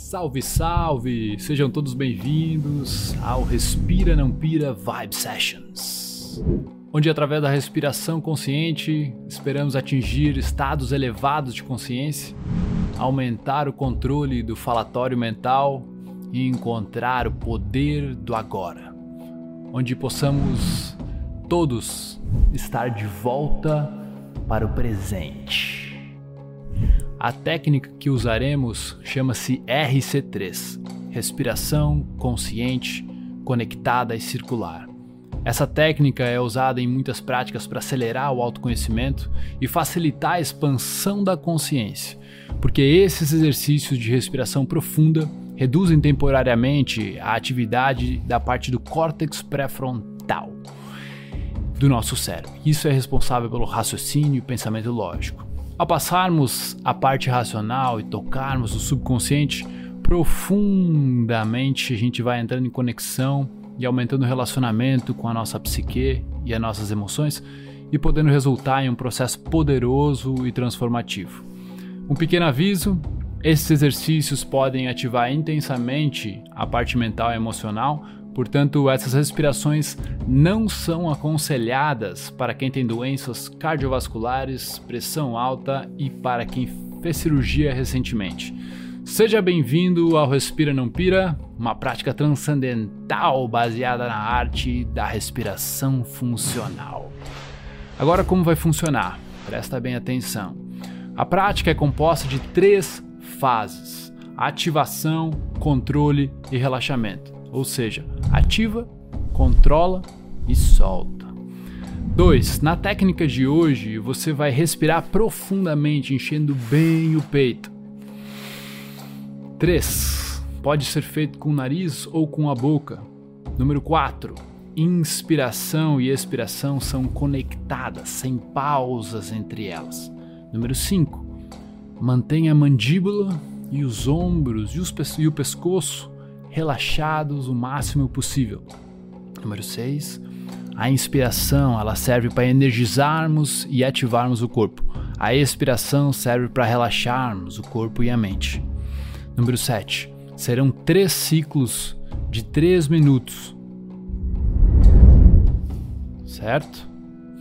Salve, salve! Sejam todos bem-vindos ao Respira Não Pira Vibe Sessions, onde através da respiração consciente esperamos atingir estados elevados de consciência, aumentar o controle do falatório mental e encontrar o poder do agora, onde possamos todos estar de volta para o presente. A técnica que usaremos chama-se RC3, Respiração Consciente, Conectada e Circular. Essa técnica é usada em muitas práticas para acelerar o autoconhecimento e facilitar a expansão da consciência, porque esses exercícios de respiração profunda reduzem temporariamente a atividade da parte do córtex pré-frontal do nosso cérebro. Isso é responsável pelo raciocínio e pensamento lógico. Ao passarmos a parte racional e tocarmos o subconsciente, profundamente a gente vai entrando em conexão e aumentando o relacionamento com a nossa psique e as nossas emoções e podendo resultar em um processo poderoso e transformativo. Um pequeno aviso: esses exercícios podem ativar intensamente a parte mental e emocional, portanto, essas respirações não são aconselhadas para quem tem doenças cardiovasculares, pressão alta e para quem fez cirurgia recentemente. Seja bem-vindo ao Respira Não Pira, uma prática transcendental baseada na arte da respiração funcional. Agora, como vai funcionar? Presta bem atenção. A prática é composta de 3 fases: ativação, controle e relaxamento. Ou seja, ativa, controla e solta. 2. Na técnica de hoje, você vai respirar profundamente, enchendo bem o peito. 3. Pode ser feito com o nariz ou com a boca. Número 4. Inspiração e expiração são conectadas, sem pausas entre elas. Número 5. Mantenha a mandíbula e os ombros e o pescoço relaxados o máximo possível. Número 6. A inspiração ela serve para energizarmos e ativarmos o corpo. A expiração serve para relaxarmos o corpo e a mente. Número 7. Serão 3 ciclos de 3 minutos. Certo?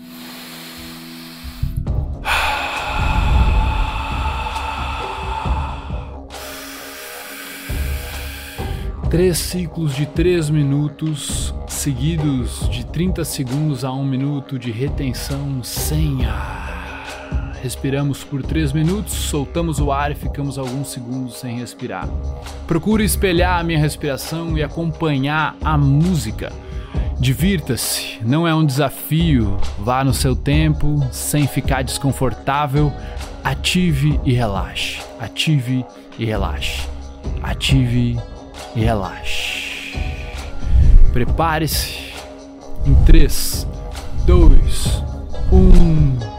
Três ciclos de 3 minutos, seguidos de 30 segundos a 1 minuto de retenção sem ar. Respiramos por 3 minutos, soltamos o ar e ficamos alguns segundos sem respirar. Procure espelhar a minha respiração e acompanhar a música. Divirta-se, não é um desafio, vá no seu tempo, sem ficar desconfortável. Ative e relaxe, ative e relaxe, ative e relaxe. Prepare-se em 3, 2, 1.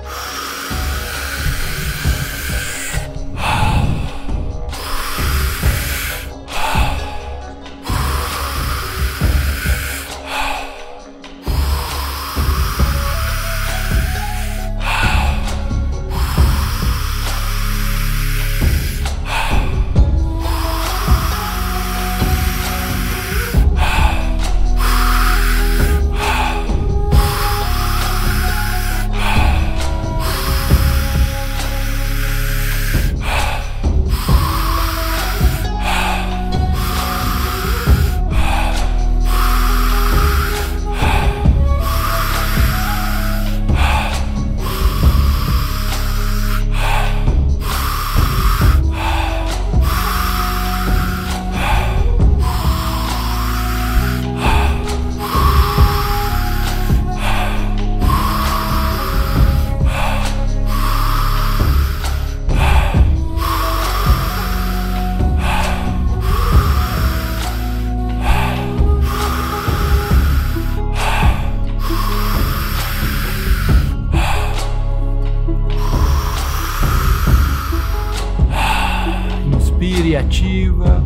Inspire e ativa.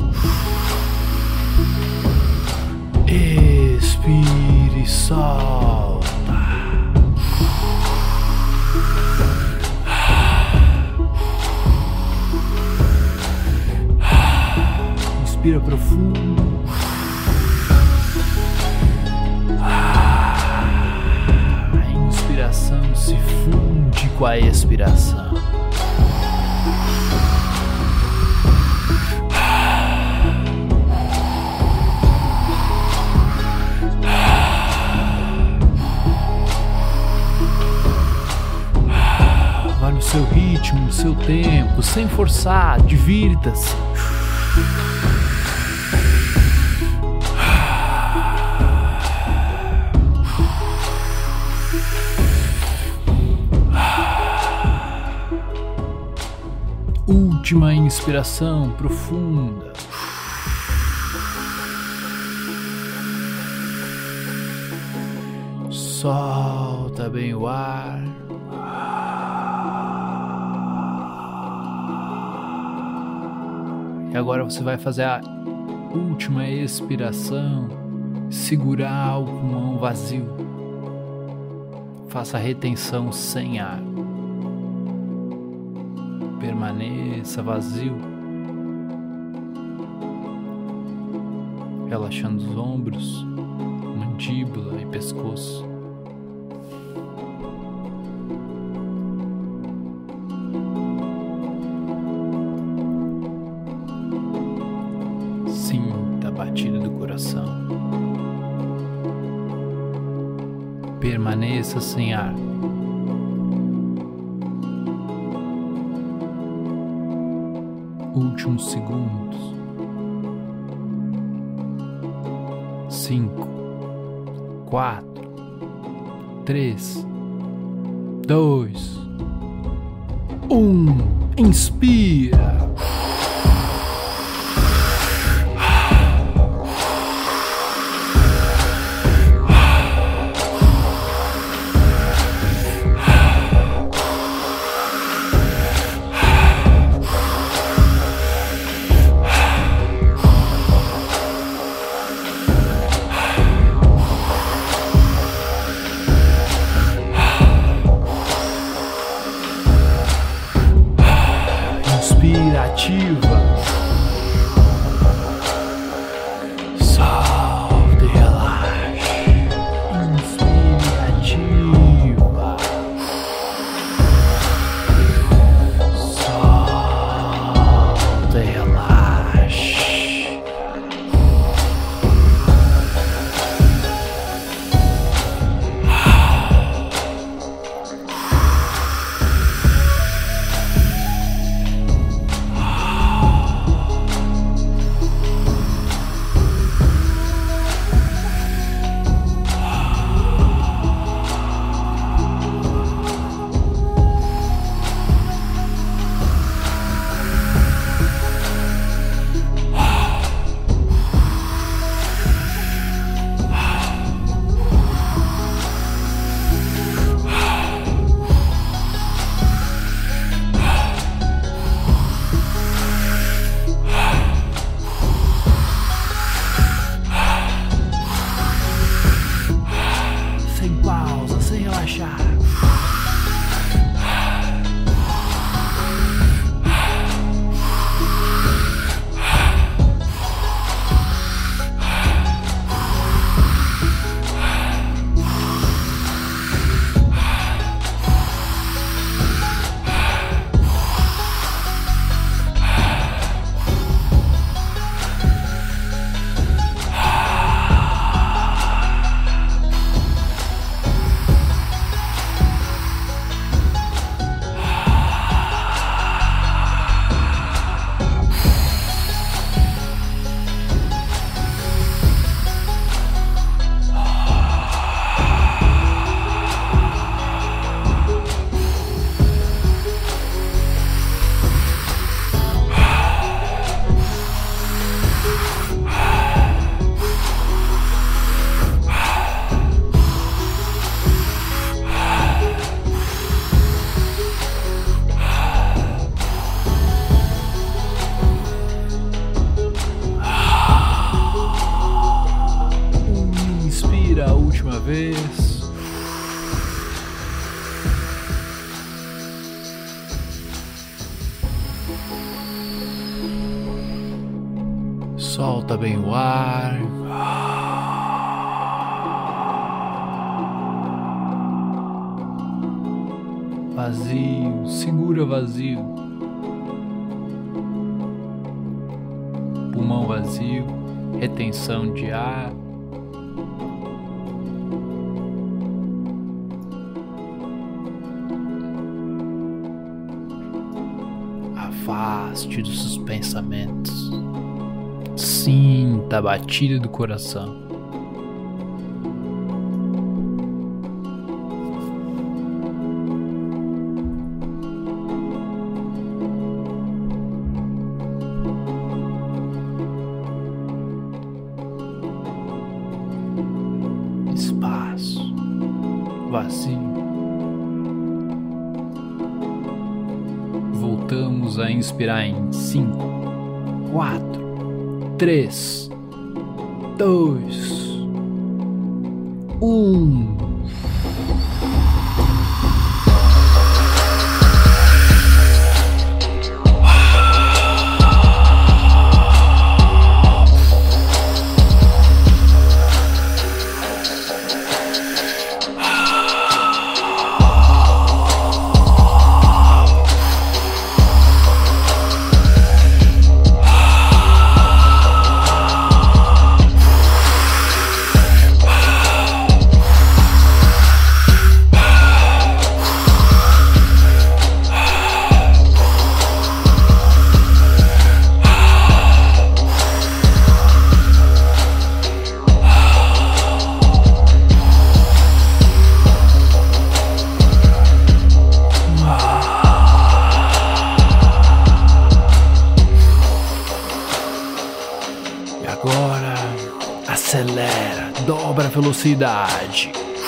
Expire e solta. Respira profundo. A inspiração se funde com a expiração. Vá no seu ritmo, no seu tempo, sem forçar, divirta-se. Última inspiração profunda. Solta bem o ar. E agora você vai fazer a última expiração. Segurar o pulmão vazio. Faça a retenção sem ar. Permaneça vazio. Relaxando os ombros, mandíbula e pescoço. Sinta a batida do coração. Permaneça sem ar. Últimos segundos. 5, 4, 3, 2, 1. Inspira. Inspira, ativa. Solta e relaxa. Inspira, ativa. Solta e relaxa. Sem pausa, sem relaxar. Inspira a última vez. Solta bem o ar. Vazio, segura vazio. Pulmão vazio, retenção de ar. Afaste dos seus pensamentos. Sinta a batida do coração. Espaço vazio. Voltamos a inspirar em 5, 4, 3, 2, 1. Agora acelera, dobra a velocidade.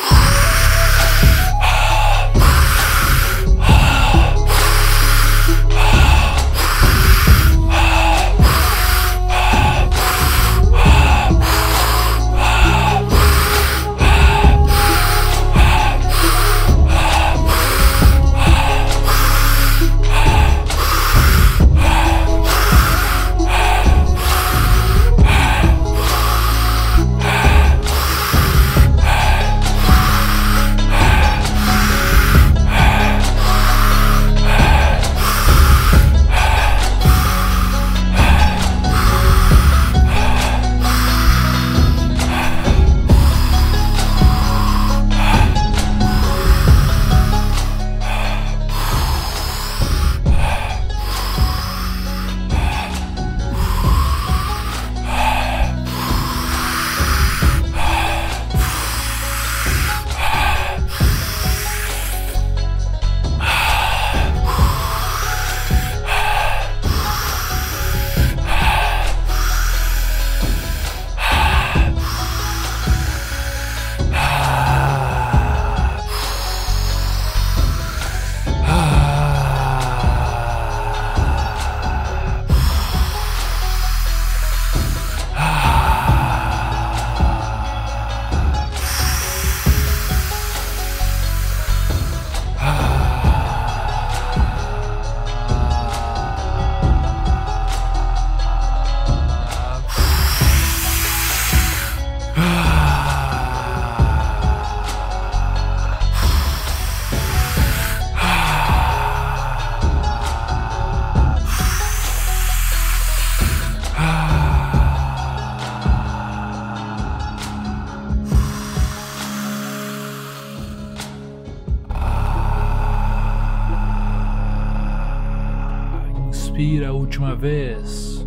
Inspira a última vez.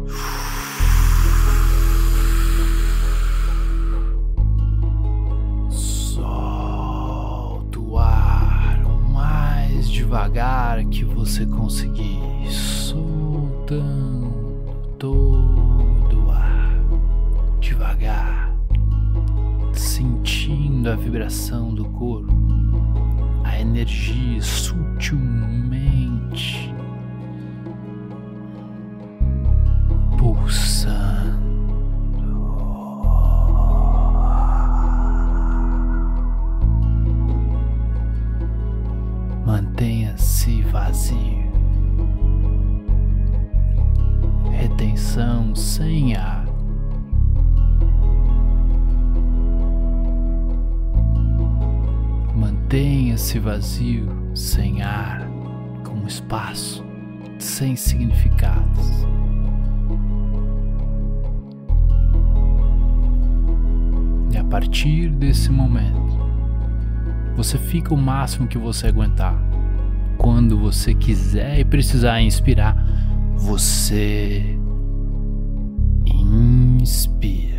Solta o ar o mais devagar que você conseguir, soltando todo o ar devagar, sentindo a vibração do corpo, a energia sutilmente pulsando. Mantenha-se vazio. Retenção sem ar. esse vazio sem ar, com um espaço sem significados. E a partir desse momento, você fica o máximo que você aguentar. Quando você quiser e precisar inspirar, você inspira.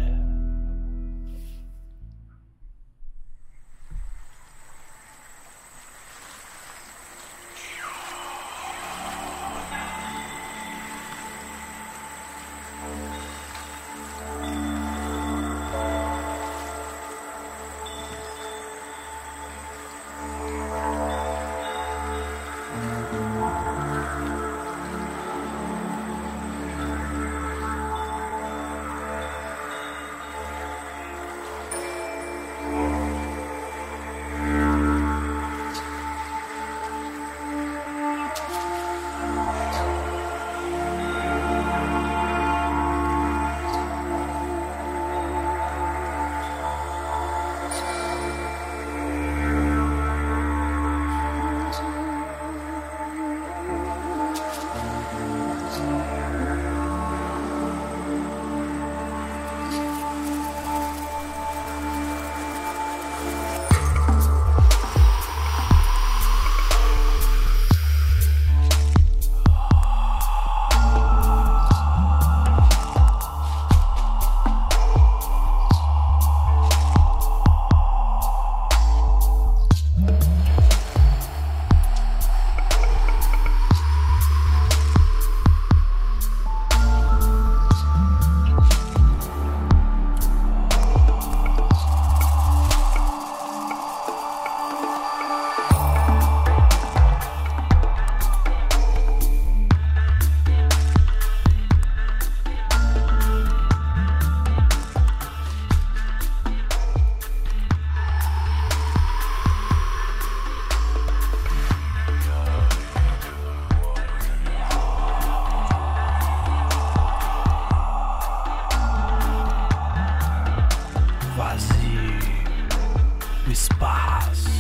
O espaço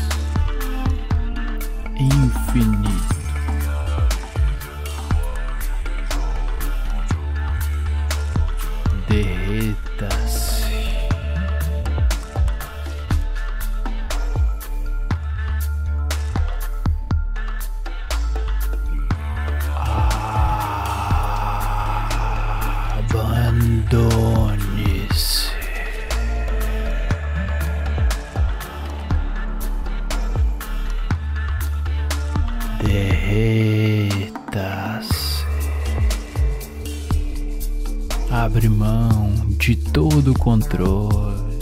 infinito. Derreta-se. Abandone-se. Derreta-se. Abre mão de todo o controle.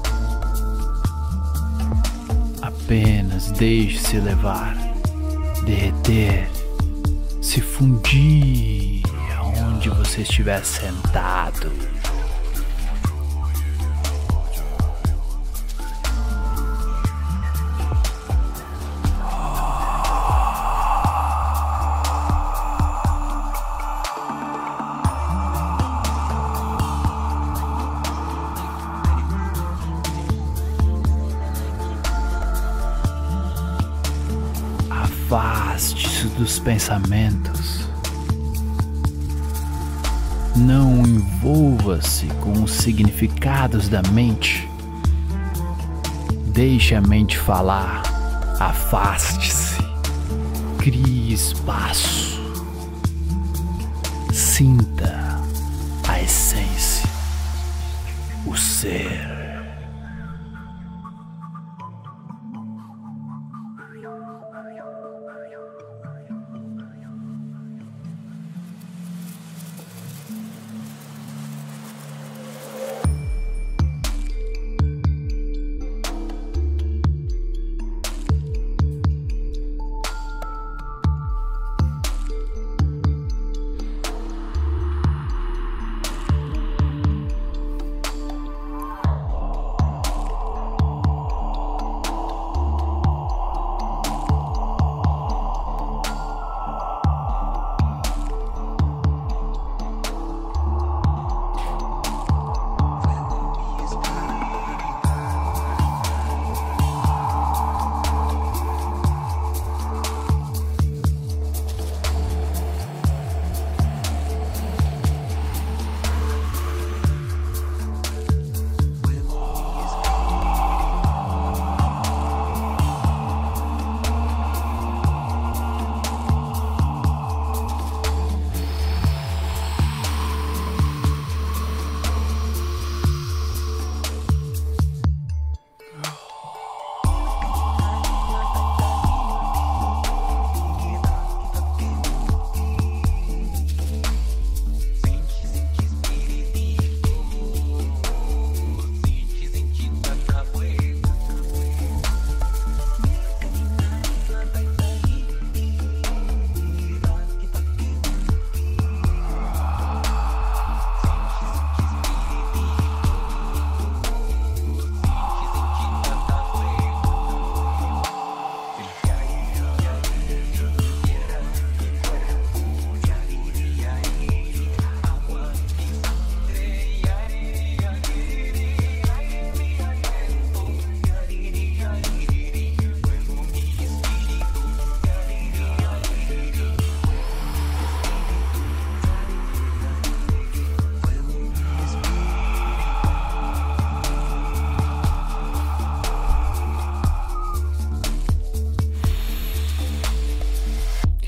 Apenas deixe-se levar, derreter, se fundir aonde você estiver sentado. Afaste-se dos pensamentos. Não envolva-se com os significados da mente. Deixe a mente falar. Afaste-se. Crie espaço. Sinta a essência, o ser.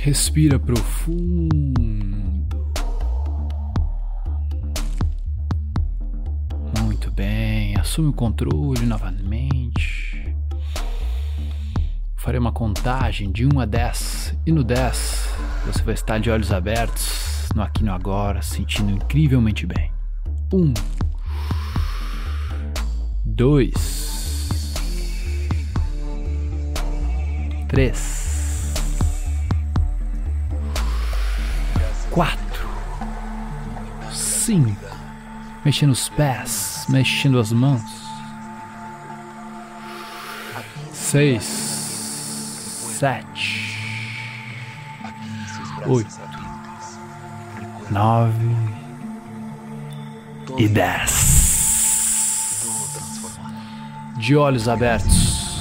Respira profundo. Muito bem, assume o controle novamente. Farei uma contagem de 1 a 10 e no 10 você vai estar de olhos abertos, no aqui e no agora, sentindo incrivelmente bem. 1, 2, 3, 4, 5, mexendo os pés, mexendo as mãos. 6, 7, 8, 9 e 10. De olhos abertos,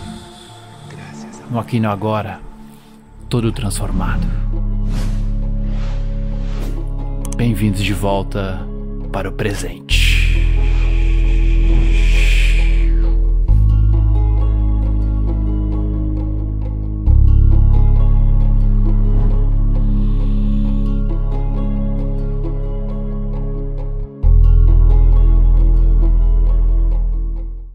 no aqui e no agora, todo transformado. Bem-vindos de volta para o presente.